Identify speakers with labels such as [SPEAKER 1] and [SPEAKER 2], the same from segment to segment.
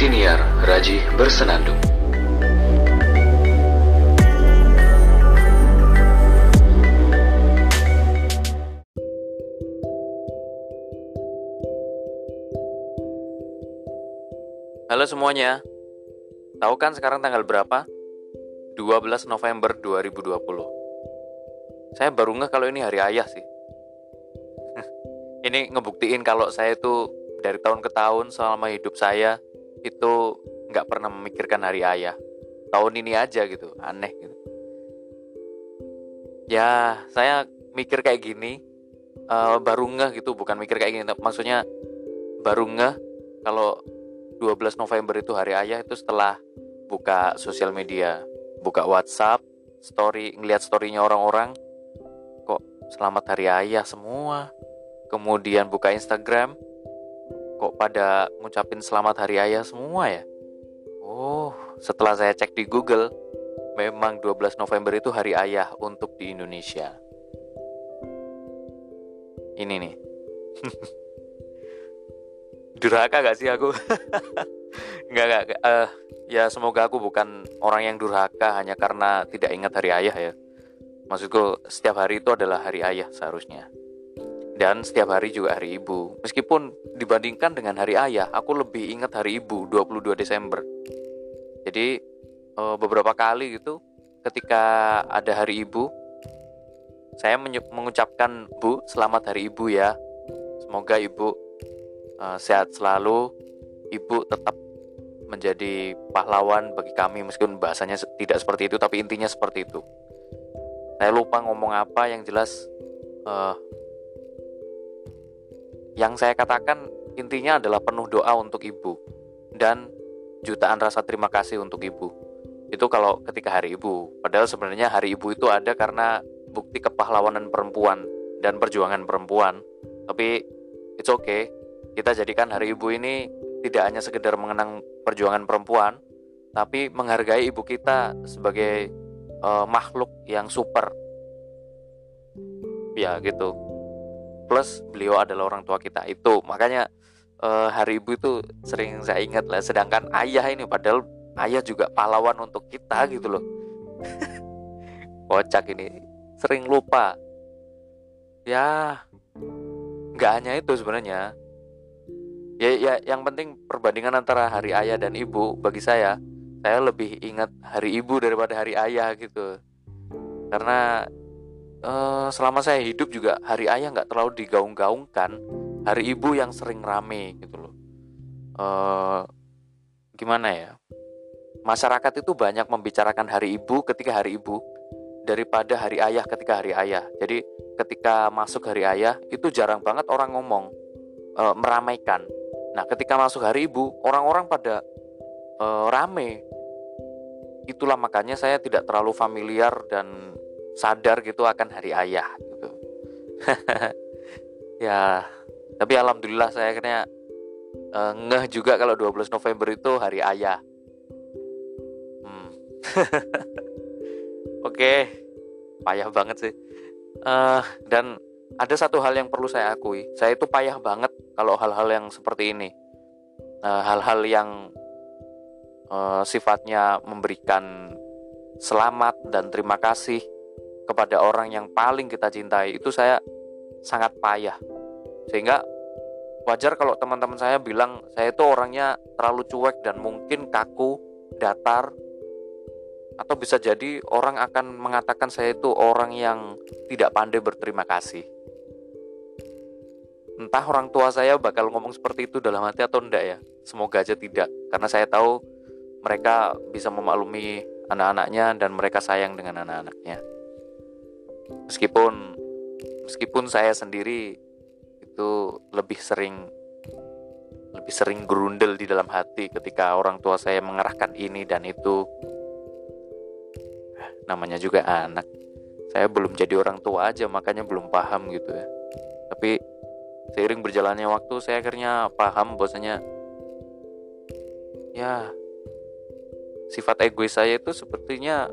[SPEAKER 1] Siniar Raji Bersenandung.
[SPEAKER 2] Halo semuanya, tahu kan sekarang tanggal berapa? 12 November 2020. Saya baru ngeh kalau ini hari ayah sih. Ini ngebuktiin kalau saya tuh dari tahun ke tahun selama hidup saya itu nggak pernah memikirkan hari ayah. Tahun ini aja gitu, aneh gitu. Ya, saya mikir kayak gini, baru ngeh gitu, bukan mikir kayak gini. Maksudnya baru ngeh kalau 12 November itu hari ayah itu setelah buka sosial media, buka WhatsApp, ngeliat story-nya orang-orang, kok selamat hari ayah semua. Kemudian buka Instagram, kok pada ngucapin selamat hari ayah semua ya. Oh, setelah saya cek di Google, memang 12 November itu hari ayah untuk di Indonesia. Ini nih. Durhaka gak sih aku? Enggak. Ya semoga aku bukan orang yang durhaka hanya karena tidak ingat hari ayah ya. Maksudku setiap hari itu adalah hari ayah seharusnya. Dan setiap hari juga hari ibu. Meskipun dibandingkan dengan hari ayah, aku lebih ingat hari ibu 22 Desember. Jadi beberapa kali gitu ketika ada hari ibu, saya mengucapkan, Bu, selamat hari ibu ya. Semoga ibu sehat selalu, ibu tetap menjadi pahlawan bagi kami. Meskipun bahasanya tidak seperti itu, tapi intinya seperti itu. Saya lupa ngomong apa, yang jelas yang saya katakan intinya adalah penuh doa untuk ibu dan jutaan rasa terima kasih untuk ibu. Itu kalau ketika hari ibu. Padahal sebenarnya hari ibu itu ada karena bukti kepahlawanan perempuan dan perjuangan perempuan. Tapi it's okay. Kita jadikan hari ibu ini tidak hanya sekedar mengenang perjuangan perempuan, tapi menghargai ibu kita sebagai makhluk yang super. Ya gitu. Plus beliau adalah orang tua kita. Itu makanya hari ibu itu sering saya ingat lah. Sedangkan ayah ini, padahal ayah juga pahlawan untuk kita gitu loh. Kocak ini, sering lupa. Ya nggak hanya itu sebenarnya. Ya yang penting perbandingan antara hari ayah dan ibu, bagi saya lebih ingat hari ibu daripada hari ayah gitu. Karena selama saya hidup juga hari ayah nggak terlalu digaung-gaungkan, hari ibu yang sering rame gitu loh. Gimana ya, masyarakat itu banyak membicarakan hari ibu ketika hari ibu daripada hari ayah ketika hari ayah. Jadi ketika masuk hari ayah itu jarang banget orang ngomong, meramaikan. Nah ketika masuk hari ibu, orang-orang pada rame. Itulah makanya saya tidak terlalu familiar dan sadar gitu akan hari ayah gitu. Ya, tapi alhamdulillah saya akhirnya ngeh juga kalau 12 November itu hari ayah. Oke, payah banget sih. Dan ada satu hal yang perlu saya akui, saya itu payah banget kalau hal-hal yang seperti ini. Hal-hal yang sifatnya memberikan selamat dan terima kasih kepada orang yang paling kita cintai, itu saya sangat payah. Sehingga wajar kalau teman-teman saya bilang saya itu orangnya terlalu cuek dan mungkin kaku, datar, atau bisa jadi orang akan mengatakan saya itu orang yang tidak pandai berterima kasih. Entah orang tua saya bakal ngomong seperti itu dalam hati atau enggak ya. Semoga aja tidak, karena saya tahu mereka bisa memaklumi anak-anaknya dan mereka sayang dengan anak-anaknya. Meskipun saya sendiri itu lebih sering gerundel di dalam hati ketika orang tua saya mengerahkan ini dan itu. Namanya juga anak. Saya belum jadi orang tua aja, makanya belum paham gitu ya. Tapi seiring berjalannya waktu saya akhirnya paham bahwasanya ya sifat egois saya itu sepertinya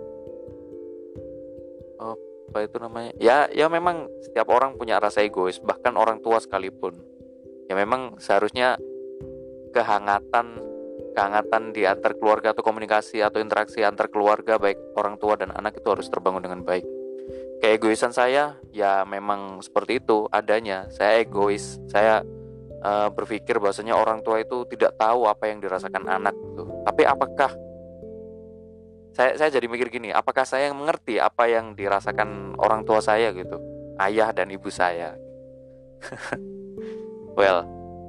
[SPEAKER 2] apa itu namanya? Ya memang setiap orang punya rasa egois, bahkan orang tua sekalipun. Ya memang seharusnya kehangatan kehangatan di antar keluarga atau komunikasi atau interaksi antar keluarga baik orang tua dan anak itu harus terbangun dengan baik. Keegoisan saya ya memang seperti itu adanya. Saya egois. Saya berpikir bahwasanya orang tua itu tidak tahu apa yang dirasakan anak gitu. Tapi apakah saya jadi mikir gini, apakah saya yang mengerti apa yang dirasakan orang tua saya gitu, ayah dan ibu saya? Well,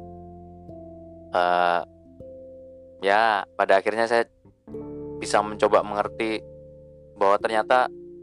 [SPEAKER 2] ya pada akhirnya saya bisa mencoba mengerti bahwa ternyata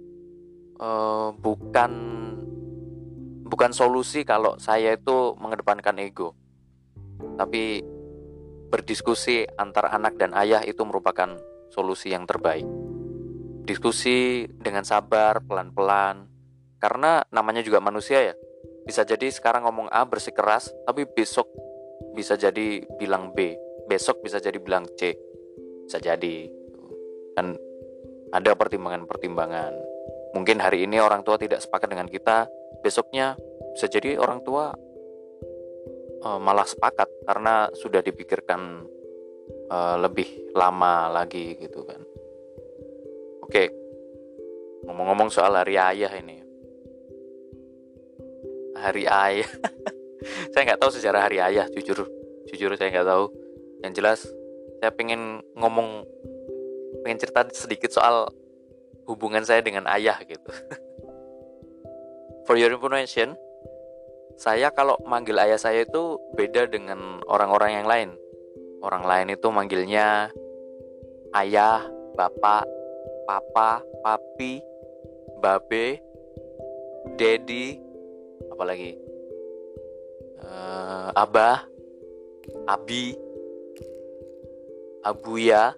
[SPEAKER 2] bukan solusi kalau saya itu mengedepankan ego, tapi berdiskusi antar anak dan ayah itu merupakan solusi yang terbaik. Diskusi dengan sabar, pelan-pelan, karena namanya juga manusia ya. Bisa jadi sekarang ngomong A bersikeras, tapi besok bisa jadi bilang B, besok bisa jadi bilang C, bisa jadi. Dan ada pertimbangan-pertimbangan. Mungkin hari ini orang tua tidak sepakat dengan kita, besoknya bisa jadi orang tua malah sepakat karena sudah dipikirkan lebih lama lagi gitu kan. Oke, ngomong-ngomong soal hari ayah ini. Hari ayah, saya nggak tahu sejarah hari ayah, jujur saya nggak tahu. Yang jelas saya pengen cerita sedikit soal hubungan saya dengan ayah gitu. For your information, saya kalau manggil ayah saya itu beda dengan orang-orang yang lain. Orang lain itu manggilnya ayah, bapak, papa, papi, babe, daddy, apalagi abah, abi, abuya,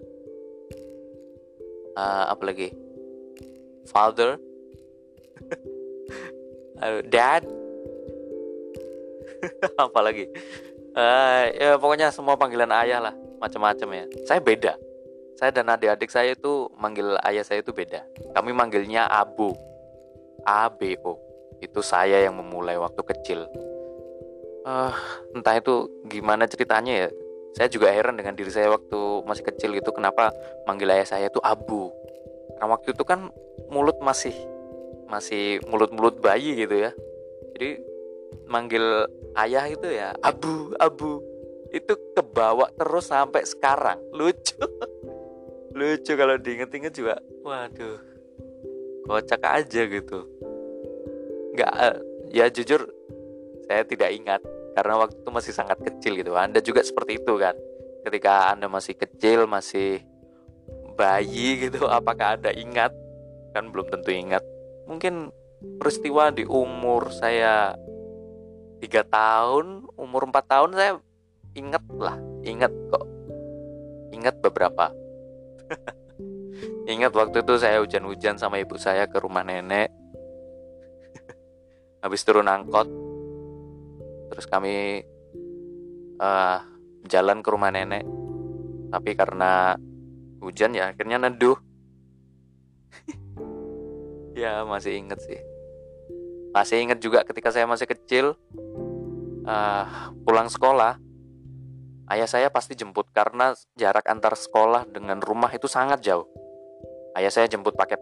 [SPEAKER 2] apalagi father, dad, apalagi ya pokoknya semua panggilan ayah lah, macam-macam ya. Saya beda. Saya dan adik-adik saya itu manggil ayah saya itu beda. Kami manggilnya Abu, ABO. Itu saya yang memulai waktu kecil. Entah itu gimana ceritanya ya. Saya juga heran dengan diri saya waktu masih kecil gitu, kenapa manggil ayah saya itu Abu. Karena waktu itu kan mulut masih mulut-mulut bayi gitu ya. Jadi manggil ayah itu ya Abu. Itu kebawa terus sampai sekarang. Lucu kalau diinget-inget juga. Waduh, kocak aja gitu. Nggak, ya jujur saya tidak ingat karena waktu itu masih sangat kecil gitu. Anda juga seperti itu kan? Ketika Anda masih kecil, masih bayi gitu, apakah Anda ingat? Kan belum tentu ingat. Mungkin peristiwa di umur saya 3 tahun, umur 4 tahun saya ingat kok. Ingat beberapa. Ingat waktu itu saya hujan-hujan sama ibu saya ke rumah nenek. Habis turun angkot, terus kami jalan ke rumah nenek. Tapi karena hujan ya akhirnya neduh. Ya masih inget sih. Masih inget juga ketika saya masih kecil, pulang sekolah, ayah saya pasti jemput karena jarak antar sekolah dengan rumah itu sangat jauh. Ayah saya jemput pakai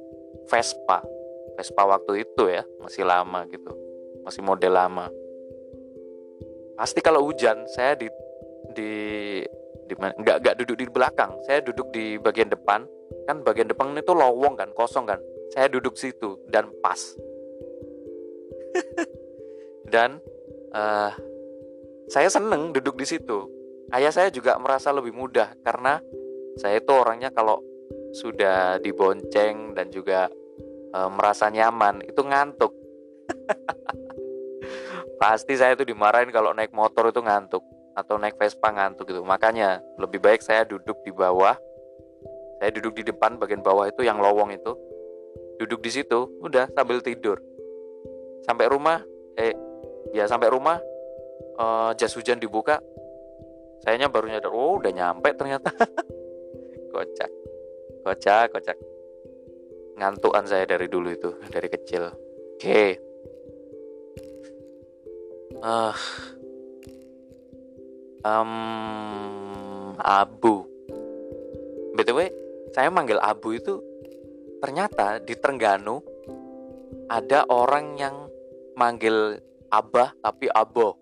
[SPEAKER 2] Vespa waktu itu ya, masih lama gitu, masih model lama. Pasti kalau hujan saya nggak duduk di belakang, saya duduk di bagian depan. Kan bagian depan itu lowong kan, kosong kan. Saya duduk situ dan pas. Dan saya seneng duduk di situ. Ayah saya juga merasa lebih mudah karena saya itu orangnya kalau sudah dibonceng dan juga merasa nyaman itu ngantuk. Pasti saya itu dimarahin kalau naik motor itu ngantuk atau naik Vespa ngantuk gitu. Makanya lebih baik saya duduk di bawah. Saya duduk di depan bagian bawah itu yang lowong itu. Duduk di situ, udah sambil tidur. Sampai rumah jas hujan dibuka. Sayanya baru nyadar, udah nyampe ternyata. Kocak. Ngantukan saya dari dulu itu, dari kecil. Oke. Abu. BTW, saya manggil Abu itu ternyata di Trengganu ada orang yang manggil Abah tapi Abo.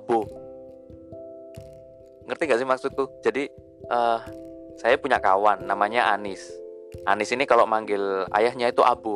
[SPEAKER 2] Ngerti gak sih maksudku? Jadi saya punya kawan namanya Anis. Anis ini kalau manggil ayahnya itu Abo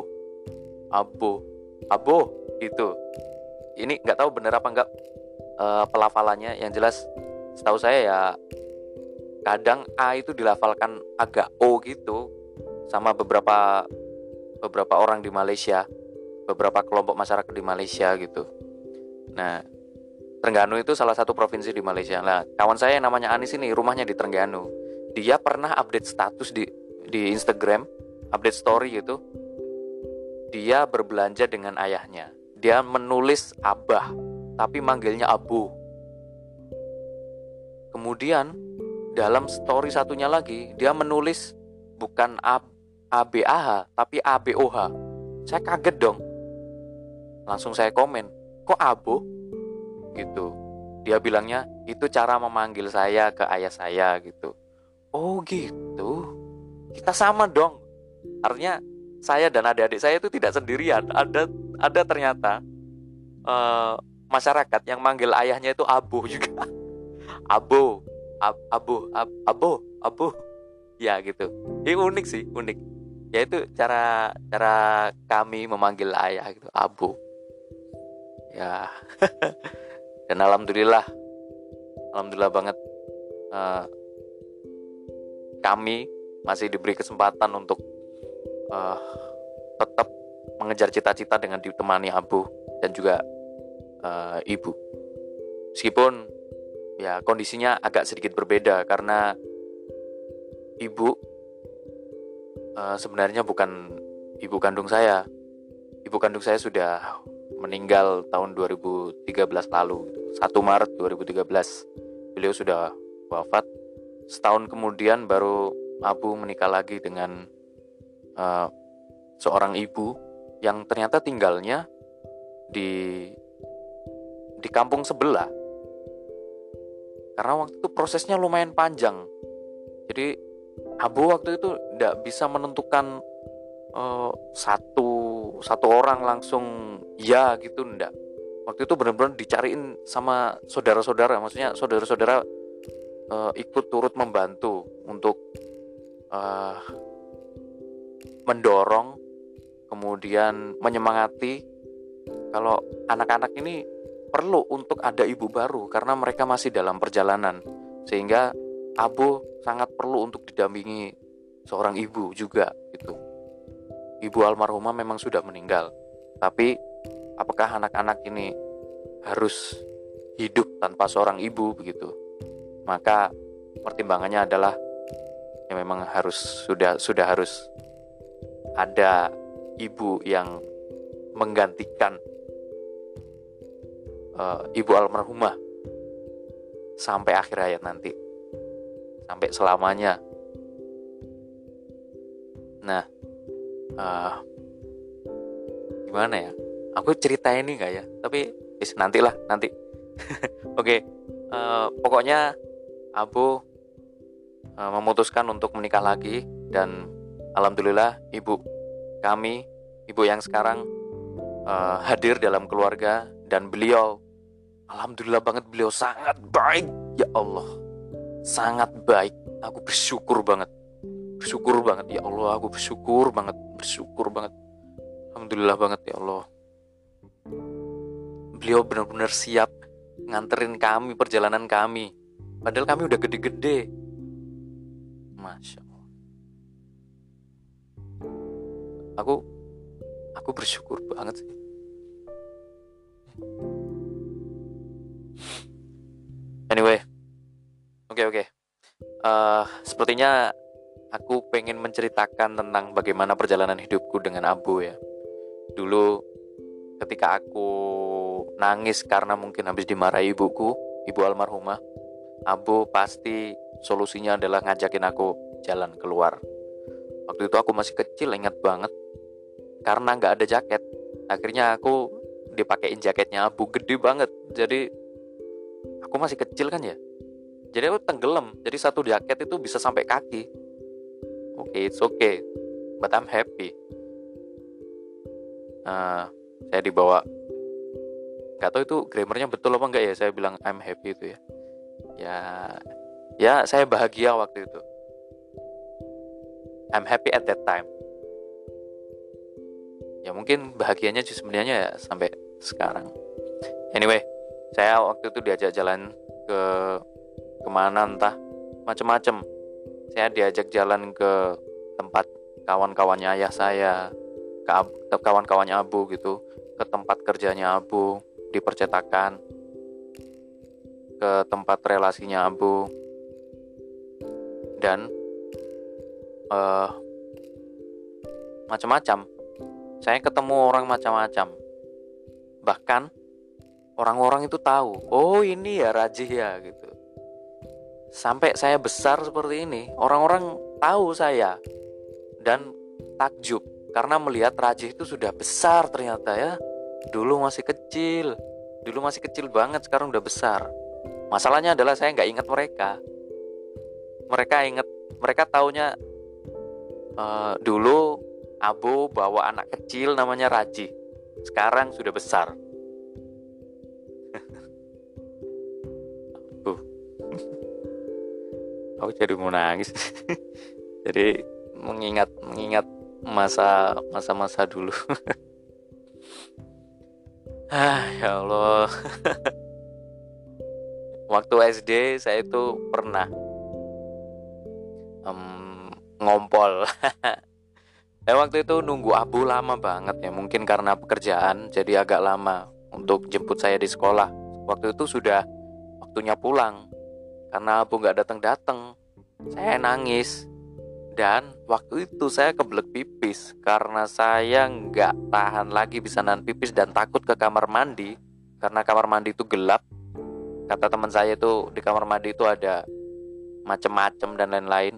[SPEAKER 2] gitu. Ini nggak tahu bener apa enggak pelafalannya. Yang jelas setahu saya ya kadang A itu dilafalkan agak O gitu sama beberapa orang di Malaysia, beberapa kelompok masyarakat di Malaysia gitu. Nah, Trengganu itu salah satu provinsi di Malaysia. Nah, kawan saya yang namanya Anis ini rumahnya di Trengganu. Dia pernah update status di Instagram, update story gitu. Dia berbelanja dengan ayahnya. Dia menulis Abah, tapi manggilnya Abu. Kemudian dalam story satunya lagi, dia menulis bukan ABAH, tapi ABOH. Saya kaget dong. Langsung saya komen, kok Abu? Gitu. Dia bilangnya itu cara memanggil saya ke ayah saya gitu. Oh gitu. Kita sama dong. Artinya saya dan adik-adik saya itu tidak sendirian. Ada ternyata masyarakat yang manggil ayahnya itu Abu juga. Abu. Ya gitu. Ini unik sih, unik. Yaitu cara kami memanggil ayah gitu, Abu. Ya. Dan alhamdulillah banget kami masih diberi kesempatan untuk tetap mengejar cita-cita dengan ditemani Abu dan juga ibu. Meskipun ya kondisinya agak sedikit berbeda karena ibu sebenarnya bukan ibu kandung saya. Ibu kandung saya sudah meninggal tahun 2013 lalu, 1 Maret 2013. Beliau sudah wafat. Setahun kemudian baru Abu menikah lagi dengan seorang ibu yang ternyata tinggalnya di kampung sebelah. Karena waktu itu prosesnya lumayan panjang. Jadi Abu waktu itu tidak bisa menentukan satu orang langsung ya gitu, enggak. Waktu itu benar-benar dicariin sama saudara-saudara, maksudnya saudara-saudara ikut turut membantu untuk mendorong, kemudian menyemangati kalau anak-anak ini perlu untuk ada ibu baru karena mereka masih dalam perjalanan, sehingga Abu sangat perlu untuk didampingi seorang ibu juga gitu. Ibu almarhumah memang sudah meninggal, tapi apakah anak-anak ini harus hidup tanpa seorang ibu begitu? Maka pertimbangannya adalah ya memang sudah harus ada ibu yang menggantikan ibu almarhumah sampai akhir hayat nanti, sampai selamanya. Nah, gimana ya? Aku cerita ini nggak ya? Tapi nanti. Oke, pokoknya Abu memutuskan untuk menikah lagi dan alhamdulillah ibu yang sekarang hadir dalam keluarga dan beliau, alhamdulillah banget, beliau sangat baik. Ya Allah, sangat baik. Aku bersyukur banget ya Allah, aku bersyukur banget. Alhamdulillah banget ya Allah. Beliau benar-benar siap nganterin kami perjalanan kami, padahal kami udah gede-gede. Masya Allah. Aku bersyukur banget sih. Anyway, oke. Sepertinya aku pengen menceritakan tentang bagaimana perjalanan hidupku dengan Abu ya. Dulu ketika aku nangis karena mungkin habis dimarahi ibuku, ibu almarhumah, Abu pasti solusinya adalah ngajakin aku jalan keluar. Waktu itu aku masih kecil, ingat banget. Karena gak ada jaket, akhirnya aku dipakein jaketnya Abu, gede banget. Jadi aku masih kecil kan ya, Jadi aku tenggelam. Jadi satu jaket itu bisa sampai kaki. It's okay, but I'm happy. Saya dibawa, nggak tahu itu grammarnya betul apa enggak ya, saya bilang I'm happy itu ya saya bahagia waktu itu. I'm happy at that time. Ya mungkin bahagianya sebenarnya ya sampai sekarang. Anyway, saya waktu itu diajak jalan ke kemana entah, macam-macam. Saya diajak jalan ke tempat kawan-kawannya ayah saya, ke kawan-kawannya Abu gitu, ke tempat kerjanya Abu di percetakan, ke tempat relasinya Abu, dan macam-macam. Saya ketemu orang macam-macam. Bahkan orang-orang itu tahu, oh ini ya Rajih ya gitu. Sampai saya besar seperti ini, orang-orang tahu saya dan takjub karena melihat Rajih itu sudah besar ternyata ya. Dulu masih kecil banget, sekarang udah besar. Masalahnya adalah saya nggak ingat mereka. Mereka taunya dulu Abu bawa anak kecil namanya Rajih. Sekarang sudah besar. Aku jadi mau nangis. Jadi mengingat masa dulu. Ya Allah. Waktu SD saya itu pernah ngompol. Waktu itu nunggu Abu lama banget ya, mungkin karena pekerjaan jadi agak lama untuk jemput saya di sekolah. Waktu itu sudah waktunya pulang, karena Abu gak datang-datang. Saya nangis, dan waktu itu saya kebelet pipis karena saya gak tahan lagi bisa nahan pipis dan takut ke kamar mandi karena kamar mandi itu gelap. Kata teman saya itu di kamar mandi itu ada macem-macem dan lain-lain.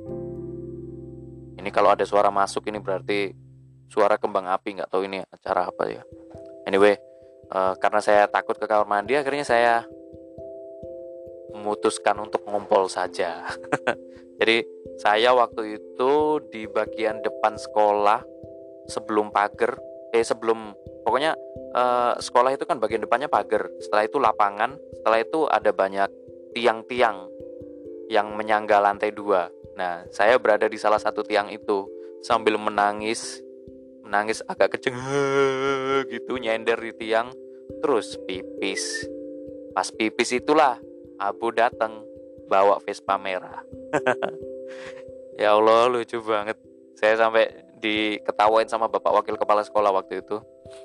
[SPEAKER 2] Ini kalau ada suara masuk ini berarti suara kembang api, nggak tahu ini acara apa ya. Anyway, karena saya takut ke kamar mandi, akhirnya saya memutuskan untuk ngompol saja. Jadi saya waktu itu di bagian depan sekolah sebelum pagar, pokoknya sekolah itu kan bagian depannya pagar. Setelah itu lapangan, setelah itu ada banyak tiang-tiang yang menyangga lantai 2. Nah, saya berada di salah satu tiang itu sambil menangis agak kenceng gitu, nyender di tiang, terus pipis. Pas pipis itulah Abu datang bawa Vespa merah. Ya Allah, lucu banget. Saya sampai diketawain sama Bapak Wakil Kepala Sekolah waktu itu.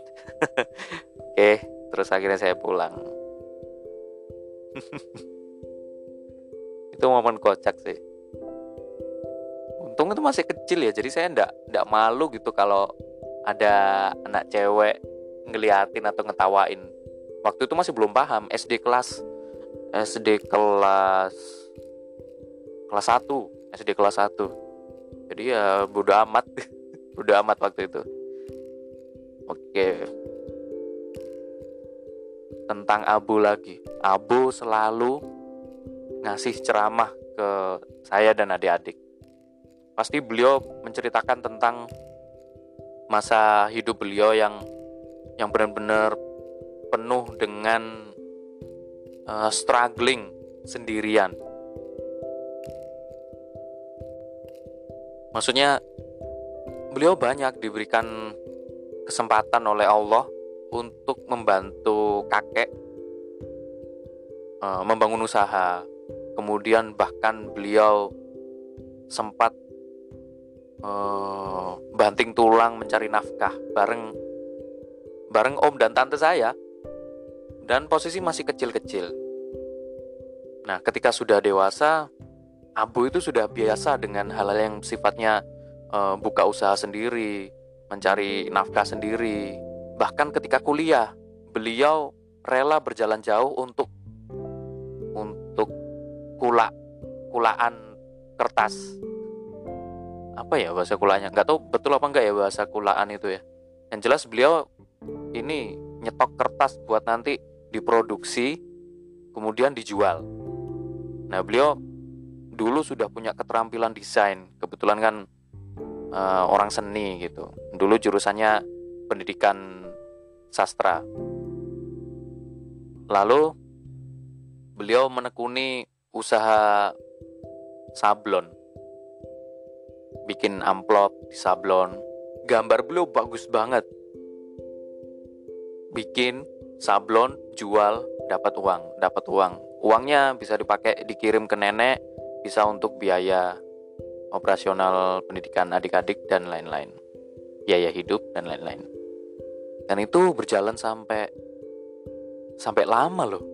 [SPEAKER 2] Oke, terus akhirnya saya pulang. Itu momen kocak sih. Untung itu masih kecil ya, jadi saya enggak malu gitu kalau ada anak cewek ngeliatin atau ngetawain. Waktu itu masih belum paham, SD kelas 1. Jadi ya bodo amat. Bodo amat waktu itu. Oke. Tentang Abu lagi. Abu selalu ngasih ceramah ke saya dan adik-adik. Pasti beliau menceritakan tentang masa hidup beliau yang benar-benar penuh dengan struggling sendirian. Maksudnya beliau banyak diberikan kesempatan oleh Allah untuk membantu kakek membangun usaha. Kemudian bahkan beliau sempat banting tulang mencari nafkah bareng om dan tante saya, dan posisi masih kecil-kecil. Nah, ketika sudah dewasa, Abu itu sudah biasa dengan hal-hal yang sifatnya buka usaha sendiri, mencari nafkah sendiri. Bahkan ketika kuliah, beliau rela berjalan jauh untuk kulaan kertas. Apa ya bahasa kulanya? Nggak tahu betul apa enggak ya bahasa kulaan itu ya. Yang jelas beliau ini nyetok kertas buat nanti diproduksi, kemudian dijual. Nah, beliau dulu sudah punya keterampilan desain. Kebetulan kan orang seni gitu. Dulu jurusannya pendidikan sastra. Lalu beliau menekuni usaha sablon. Bikin amplop di sablon. Gambar beliau bagus banget. Bikin sablon, jual, dapat uang. Uangnya bisa dipakai dikirim ke nenek, bisa untuk biaya operasional pendidikan adik-adik dan lain-lain, biaya hidup dan lain-lain. Dan itu berjalan sampai lama loh.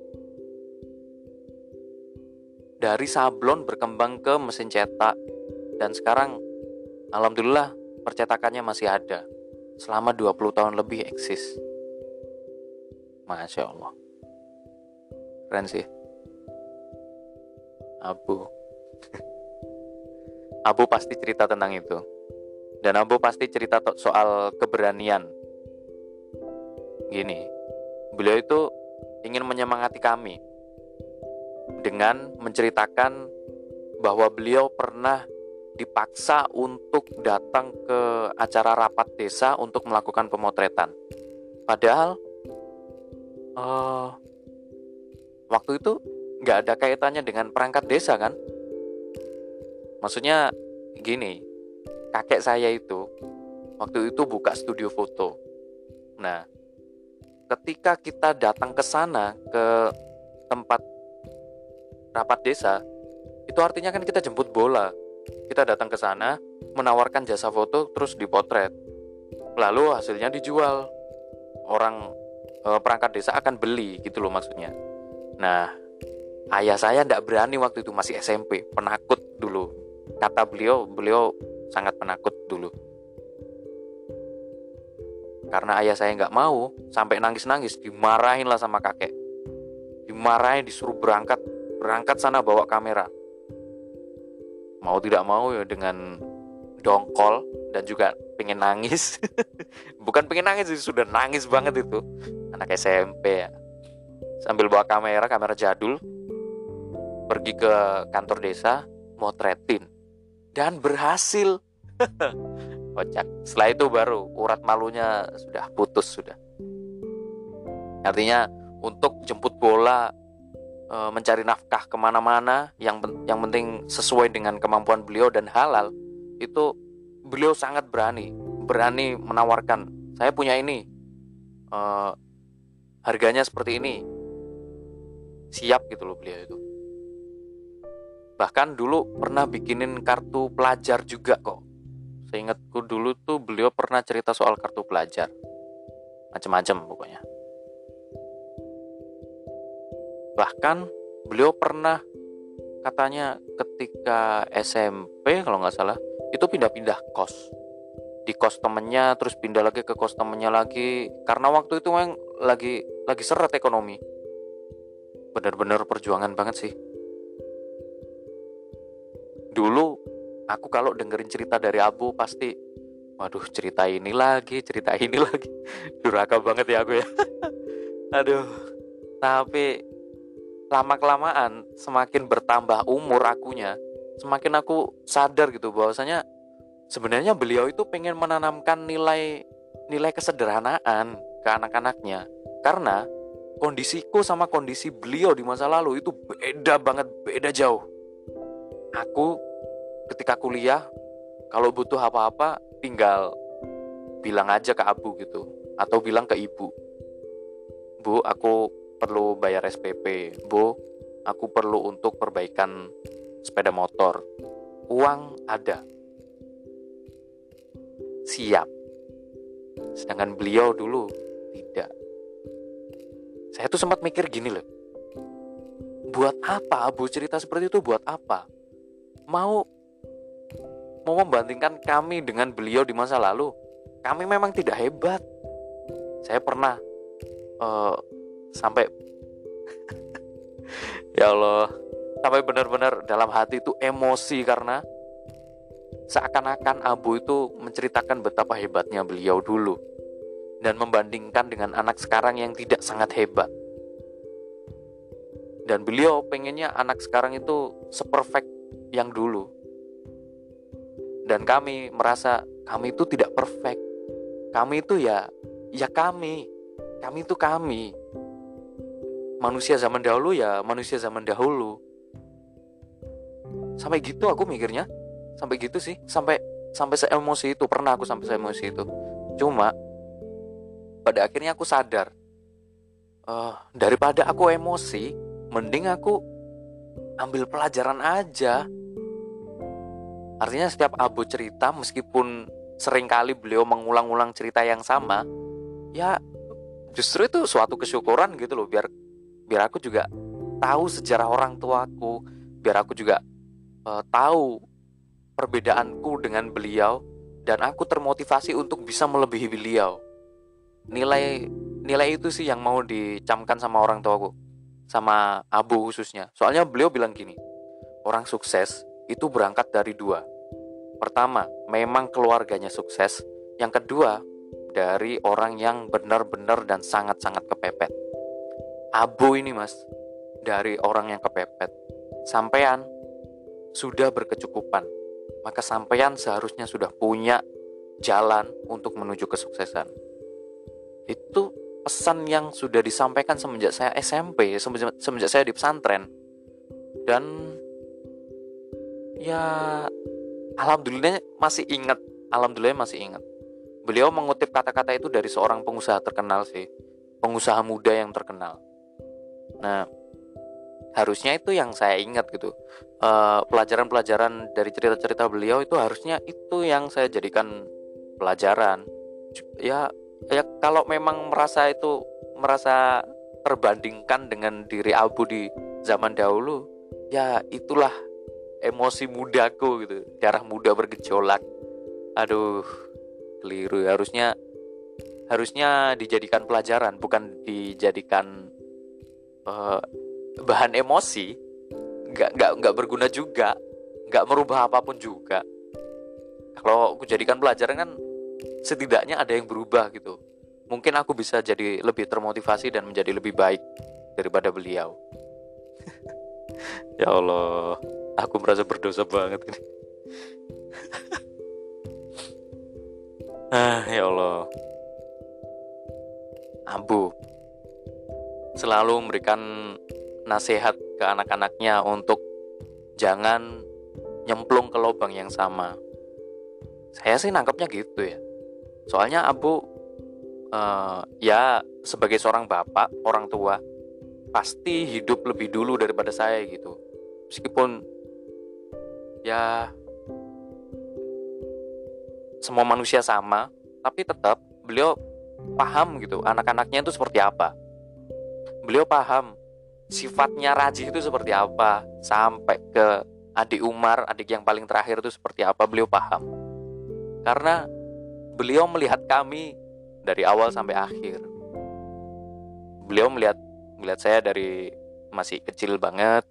[SPEAKER 2] Dari sablon berkembang ke mesin cetak, dan sekarang alhamdulillah percetakannya masih ada. Selama 20 tahun lebih eksis. Masya Allah. Keren sih. Abu pasti cerita tentang itu. Dan Abu pasti cerita soal keberanian. Gini, beliau itu ingin menyemangati kami dengan menceritakan bahwa beliau pernah dipaksa untuk datang ke acara rapat desa untuk melakukan pemotretan. Padahal waktu itu nggak ada kaitannya dengan perangkat desa kan? Maksudnya gini, kakek saya itu waktu itu buka studio foto. Nah, ketika kita datang ke sana, ke tempat rapat desa, itu artinya kan kita jemput bola. Kita datang ke sana, menawarkan jasa foto, terus dipotret. Lalu hasilnya dijual. Orang perangkat desa akan beli gitu loh maksudnya. Nah, ayah saya tidak berani waktu itu, masih SMP, penakut dulu. Kata beliau sangat penakut dulu. Karena ayah saya nggak mau, sampai nangis-nangis, dimarahin lah sama kakek. Dimarahin, disuruh berangkat sana bawa kamera. Mau tidak mau ya dengan dongkol dan juga pengen nangis. Bukan pengen nangis, sudah nangis banget itu. Anak SMP ya. Sambil bawa kamera jadul, pergi ke kantor desa, motretin. Dan berhasil. Kocak. Setelah itu baru urat malunya sudah putus sudah. Artinya untuk jemput bola, mencari nafkah kemana-mana, yang penting sesuai dengan kemampuan beliau dan halal, itu beliau sangat berani menawarkan, saya punya ini, harganya seperti ini, siap gitu loh beliau itu. Bahkan dulu pernah bikinin kartu pelajar juga kok. Seingatku dulu tuh beliau pernah cerita soal kartu pelajar, macam-macam pokoknya. Bahkan beliau pernah katanya ketika SMP kalau nggak salah itu pindah-pindah kos, di kos temennya terus pindah lagi ke kos temennya lagi, karena waktu itu memang lagi seret ekonomi. Benar-benar perjuangan banget sih. Dulu aku kalau dengerin cerita dari Abu pasti, waduh, cerita ini lagi durhaka banget ya aku ya. Aduh. Tapi lama-kelamaan semakin bertambah umur akunya, semakin aku sadar gitu bahwasanya sebenarnya beliau itu pengen menanamkan nilai kesederhanaan ke anak-anaknya. Karena kondisiku sama kondisi beliau di masa lalu itu beda banget, beda jauh. Aku ketika kuliah, kalau butuh apa-apa tinggal bilang aja ke Abu gitu, atau bilang ke ibu, Bu, aku perlu bayar SPP, Bu, aku perlu untuk perbaikan sepeda motor. Uang ada, siap. Sedangkan beliau dulu tidak. Saya tuh sempat mikir gini loh, buat apa Abu cerita seperti itu, buat apa? Mau membandingkan kami dengan beliau di masa lalu. Kami memang tidak hebat. Saya pernah sampai ya Allah, sampai benar-benar dalam hati itu emosi karena seakan-akan Abu itu menceritakan betapa hebatnya beliau dulu dan membandingkan dengan anak sekarang yang tidak sangat hebat. Dan beliau pengennya anak sekarang itu seperfect yang dulu. Dan kami merasa kami itu tidak perfect. Kami itu ya kami. Kami itu kami. Manusia zaman dahulu ya manusia zaman dahulu. Sampai gitu aku mikirnya. Sampai gitu sih. Sampai se-emosi itu. Pernah aku sampai se-emosi itu. Cuma pada akhirnya aku sadar, daripada aku emosi, mending aku ambil pelajaran aja. Artinya setiap Abu cerita, meskipun seringkali beliau mengulang-ulang cerita yang sama, ya justru itu suatu kesyukuran gitu loh. Biar aku juga tahu sejarah orang tuaku, biar aku juga tahu perbedaanku dengan beliau, dan aku termotivasi untuk bisa melebihi beliau. Nilai itu sih yang mau dicamkan sama orang tuaku, sama Abu khususnya. Soalnya beliau bilang gini, orang sukses itu berangkat dari dua. Pertama, memang keluarganya sukses. Yang kedua, dari orang yang benar-benar dan sangat-sangat kepepet. Abu ini mas, dari orang yang kepepet. Sampean sudah berkecukupan, maka sampean seharusnya sudah punya jalan untuk menuju kesuksesan. Itu pesan yang sudah disampaikan semenjak saya SMP, semenjak saya di pesantren. Dan ya alhamdulillah masih ingat. Beliau mengutip kata-kata itu dari seorang pengusaha terkenal sih, pengusaha muda yang terkenal. Nah, harusnya itu yang saya ingat gitu. Pelajaran-pelajaran dari cerita-cerita beliau itu harusnya itu yang saya jadikan pelajaran. Ya kalau memang merasa terbandingkan dengan diri Abu di zaman dahulu, ya itulah emosi mudaku gitu, darah muda bergejolak. Aduh, keliru. Harusnya dijadikan pelajaran, bukan dijadikan bahan emosi. Nggak berguna juga, nggak merubah apapun juga. Kalau aku jadikan pelajaran kan setidaknya ada yang berubah gitu. Mungkin aku bisa jadi lebih termotivasi dan menjadi lebih baik daripada beliau. Ya Allah, aku merasa berdosa banget ini. Ya Allah. Abu selalu memberikan nasihat ke anak-anaknya untuk jangan nyemplung ke lubang yang sama. Saya sih nangkapnya gitu ya. Soalnya Abu ya sebagai seorang bapak, orang tua, pasti hidup lebih dulu daripada saya gitu. Meskipun ya semua manusia sama, tapi tetap beliau paham gitu anak-anaknya itu seperti apa. Beliau paham sifatnya Raji itu seperti apa, sampai ke adik Umar, adik yang paling terakhir itu seperti apa, beliau paham. Karena beliau melihat kami dari awal sampai akhir. Beliau melihat saya dari masih kecil banget,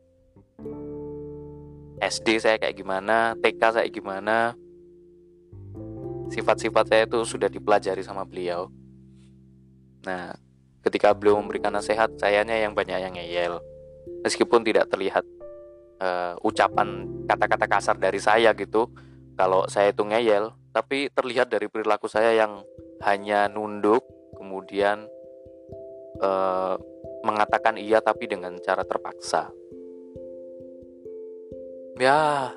[SPEAKER 2] SD saya kayak gimana, TK saya gimana. Sifat-sifat saya itu sudah dipelajari sama beliau. Nah, ketika beliau memberikan nasihat, sayanya yang banyak yang ngeyel. Meskipun tidak terlihat ucapan kata-kata kasar dari saya gitu, kalau saya itu ngeyel, tapi terlihat dari perilaku saya yang hanya nunduk, kemudian mengatakan iya tapi dengan cara terpaksa. Ya,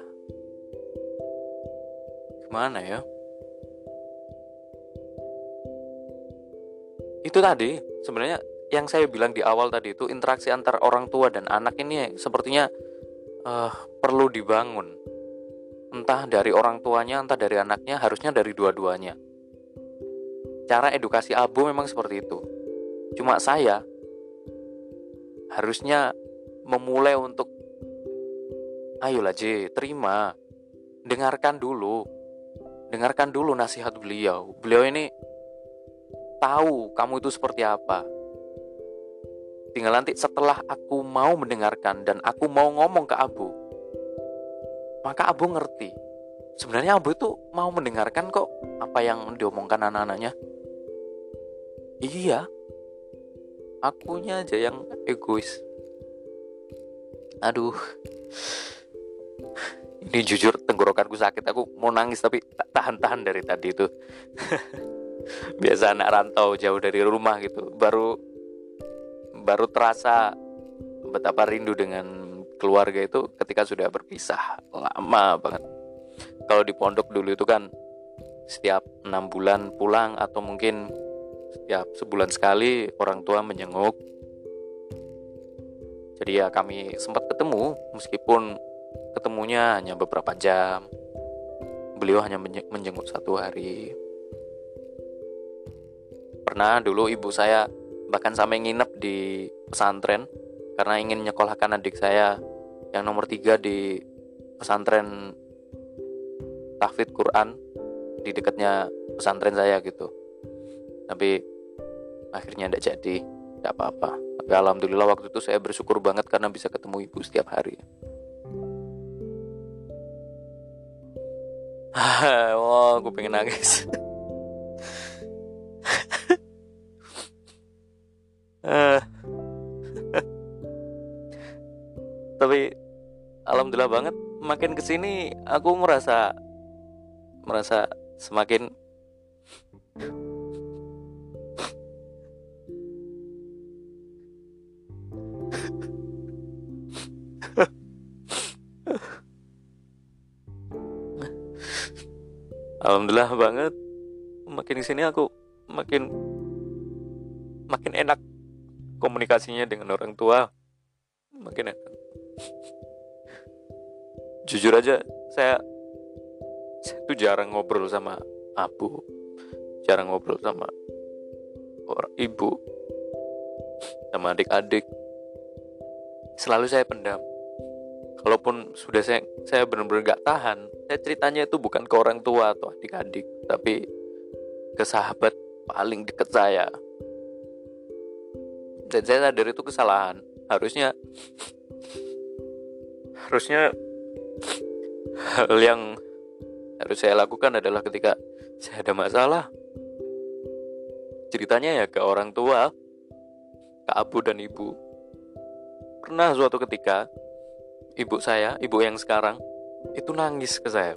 [SPEAKER 2] gimana ya? Itu tadi sebenarnya yang saya bilang di awal tadi itu, interaksi antar orang tua dan anak ini sepertinya perlu dibangun. Entah dari orang tuanya, entah dari anaknya, harusnya dari dua-duanya. Cara edukasi Abu memang seperti itu. Cuma saya harusnya memulai untuk, ayolah J, terima, dengarkan dulu nasihat beliau. Beliau ini tahu kamu itu seperti apa. Tinggal nanti setelah aku mau mendengarkan dan aku mau ngomong ke Abu, maka Abu ngerti. Sebenarnya Abu itu mau mendengarkan kok apa yang diomongkan anak-anaknya. Iya, akunya aja yang egois. Aduh, ini jujur tenggorokanku sakit. Aku mau nangis tapi tak tahan-tahan dari tadi itu. Biasa anak rantau jauh dari rumah gitu, baru terasa betapa rindu dengan keluarga itu ketika sudah berpisah. Lama banget. Kalau di pondok dulu itu kan setiap 6 bulan pulang, atau mungkin setiap sebulan sekali orang tua menjenguk. Jadi ya kami sempat ketemu, meskipun ketemunya hanya beberapa jam. Beliau hanya menjenguk 1 hari. Pernah dulu ibu saya bahkan sampai nginep di pesantren karena ingin nyekolahkan adik saya yang nomor 3 di pesantren tahfidz Quran di dekatnya pesantren saya gitu. Tapi akhirnya tidak jadi, tidak apa-apa. Tapi alhamdulillah waktu itu saya bersyukur banget karena bisa ketemu ibu setiap hari. Wah, aku pengen nangis. Tapi alhamdulillah banget, makin kesini aku merasa semakin alhamdulillah banget, makin kesini aku makin enak komunikasinya dengan orang tua, makin enak. Jujur aja, saya tuh jarang ngobrol sama abu, jarang ngobrol sama ibu, sama adik-adik. Selalu saya pendam. Kalaupun sudah saya benar-benar gak tahan, saya ceritanya itu bukan ke orang tua atau adik-adik, tapi ke sahabat paling dekat saya. Dan saya sadar itu kesalahan. Harusnya hal yang harus saya lakukan adalah ketika saya ada masalah, ceritanya ya ke orang tua, ke abu dan ibu. Pernah suatu ketika ibu yang sekarang itu nangis ke saya.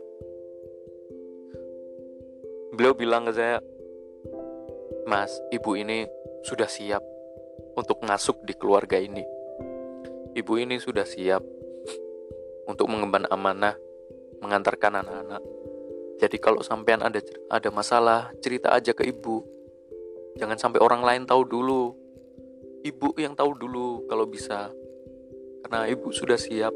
[SPEAKER 2] Beliau bilang ke saya, "Mas, ibu ini sudah siap untuk masuk di keluarga ini. Ibu ini sudah siap untuk mengemban amanah, mengantarkan anak-anak. Jadi kalau sampean ada masalah, cerita aja ke ibu. Jangan sampai orang lain tahu dulu. Ibu yang tahu dulu kalau bisa. Karena ibu sudah siap."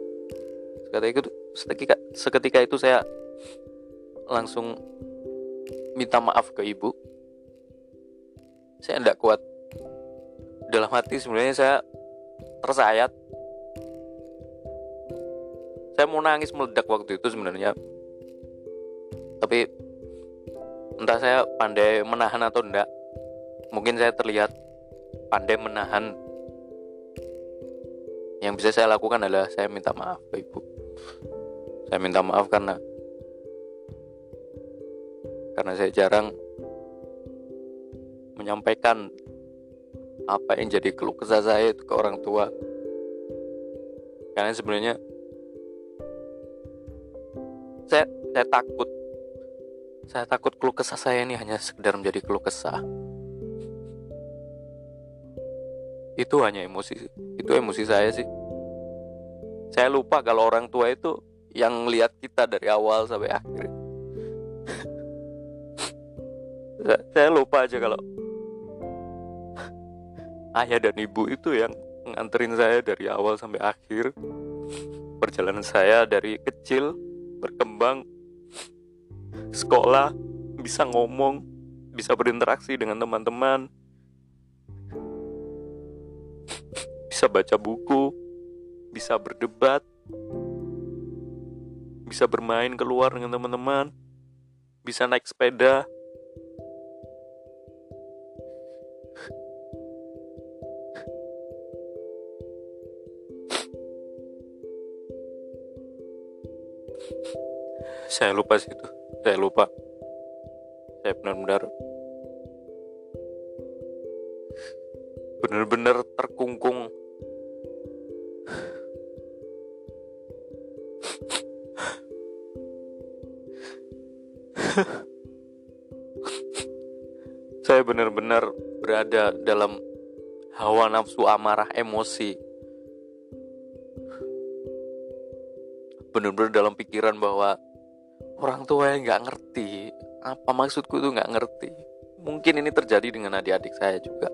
[SPEAKER 2] Seketika itu saya langsung minta maaf ke ibu. Saya tidak kuat. Dalam hati sebenarnya saya tersayat. Saya mau nangis meledak waktu itu sebenarnya. Tapi entah saya pandai menahan atau enggak. Mungkin saya terlihat pandai menahan. Yang bisa saya lakukan adalah saya minta maaf ke ibu. Saya minta maaf karena saya jarang menyampaikan apa yang jadi keluh kesah saya itu ke orang tua. Karena sebenarnya saya takut keluh kesah saya ini hanya sekedar menjadi keluh kesah. Itu hanya emosi saya sih. Saya lupa kalau orang tua itu yang lihat kita dari awal sampai akhir. Saya lupa aja kalau ayah dan ibu itu yang nganterin saya dari awal sampai akhir. Perjalanan saya dari kecil, berkembang, sekolah, bisa ngomong, bisa berinteraksi dengan teman-teman, bisa baca buku, bisa berdebat, bisa bermain keluar dengan teman-teman, bisa naik sepeda. Saya lupa sih itu. Saya lupa. Saya benar-benar terkungkung Saya benar-benar berada dalam hawa nafsu amarah emosi. Benar-benar dalam pikiran bahwa orang tua yang gak ngerti apa maksudku tuh gak ngerti. Mungkin ini terjadi dengan adik-adik saya juga.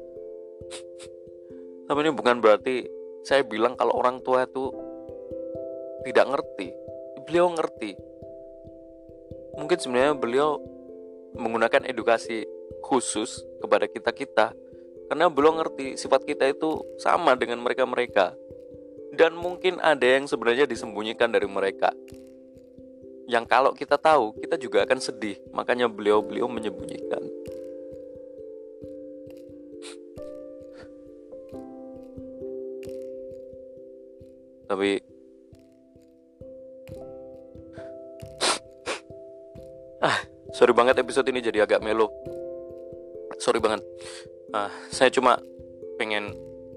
[SPEAKER 2] Tapi ini bukan berarti saya bilang kalau orang tua itu tidak ngerti. Beliau ngerti. Mungkin sebenarnya beliau menggunakan edukasi khusus kepada kita-kita karena beliau ngerti sifat kita itu sama dengan mereka-mereka. Dan mungkin ada yang sebenarnya disembunyikan dari mereka, yang kalau kita tahu kita juga akan sedih. Makanya beliau menyembunyikan. Tapi sorry banget episode ini jadi agak melo. Sorry banget. Saya cuma pengen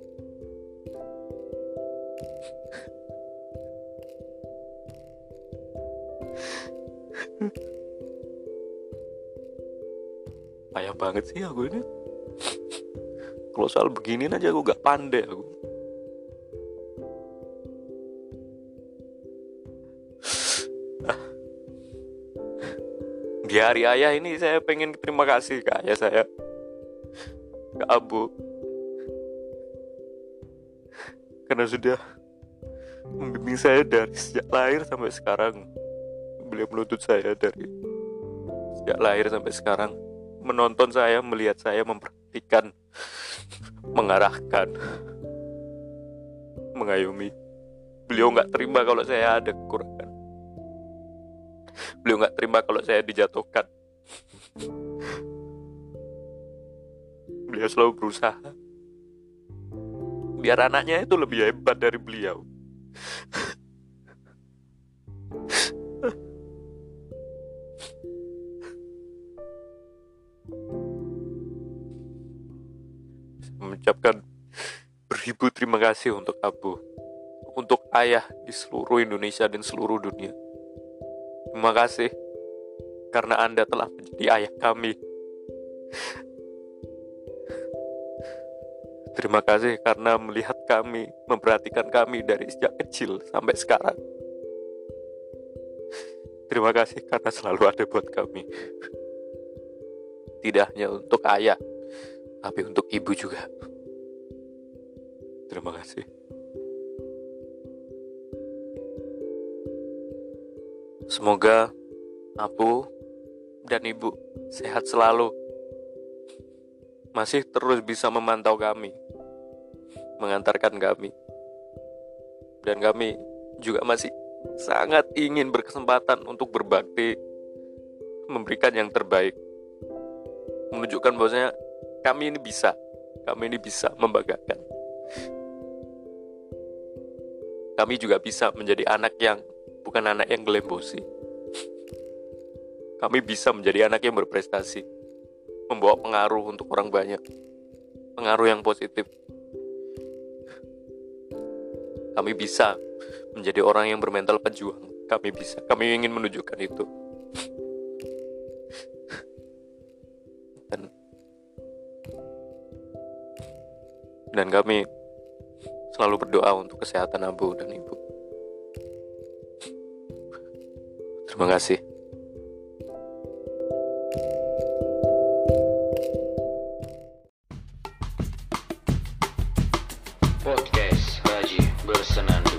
[SPEAKER 2] payah banget sih aku ini. Kalau soal beginian aja aku gak pandai aku. Di hari ayah ini saya pengen terima kasih ke ayah saya, ke Abu, karena sudah membimbing saya dari sejak lahir sampai sekarang. Beliau menuntut saya dari sejak lahir sampai sekarang, menonton saya, melihat saya, memperhatikan, mengarahkan, mengayomi. Beliau gak terima kalau saya ada kekurangan. Beliau gak terima kalau saya dijatuhkan. Beliau selalu berusaha biar anaknya itu lebih hebat dari beliau. Mengucapkan beribu terima kasih untuk Abu, untuk ayah di seluruh Indonesia dan seluruh dunia. Terima kasih karena Anda telah menjadi ayah kami. Terima kasih karena melihat kami, memperhatikan kami dari sejak kecil sampai sekarang. Terima kasih karena selalu ada buat kami. Tidak hanya untuk ayah, tapi untuk ibu juga. Terima kasih. Semoga Abu dan Ibu sehat selalu, masih terus bisa memantau kami, mengantarkan kami, dan kami juga masih sangat ingin berkesempatan untuk berbakti, memberikan yang terbaik, menunjukkan bahwasanya kami ini bisa membanggakan. Kami juga bisa menjadi anak yang bukan anak yang gelembosi. Kami bisa menjadi anak yang berprestasi, membawa pengaruh untuk orang banyak, pengaruh yang positif. Kami bisa menjadi orang yang bermental pejuang. Kami ingin menunjukkan itu. Dan kami selalu berdoa untuk kesehatan Abu dan Ibu. Terima kasih.
[SPEAKER 1] Podcast Raji Bersenandung.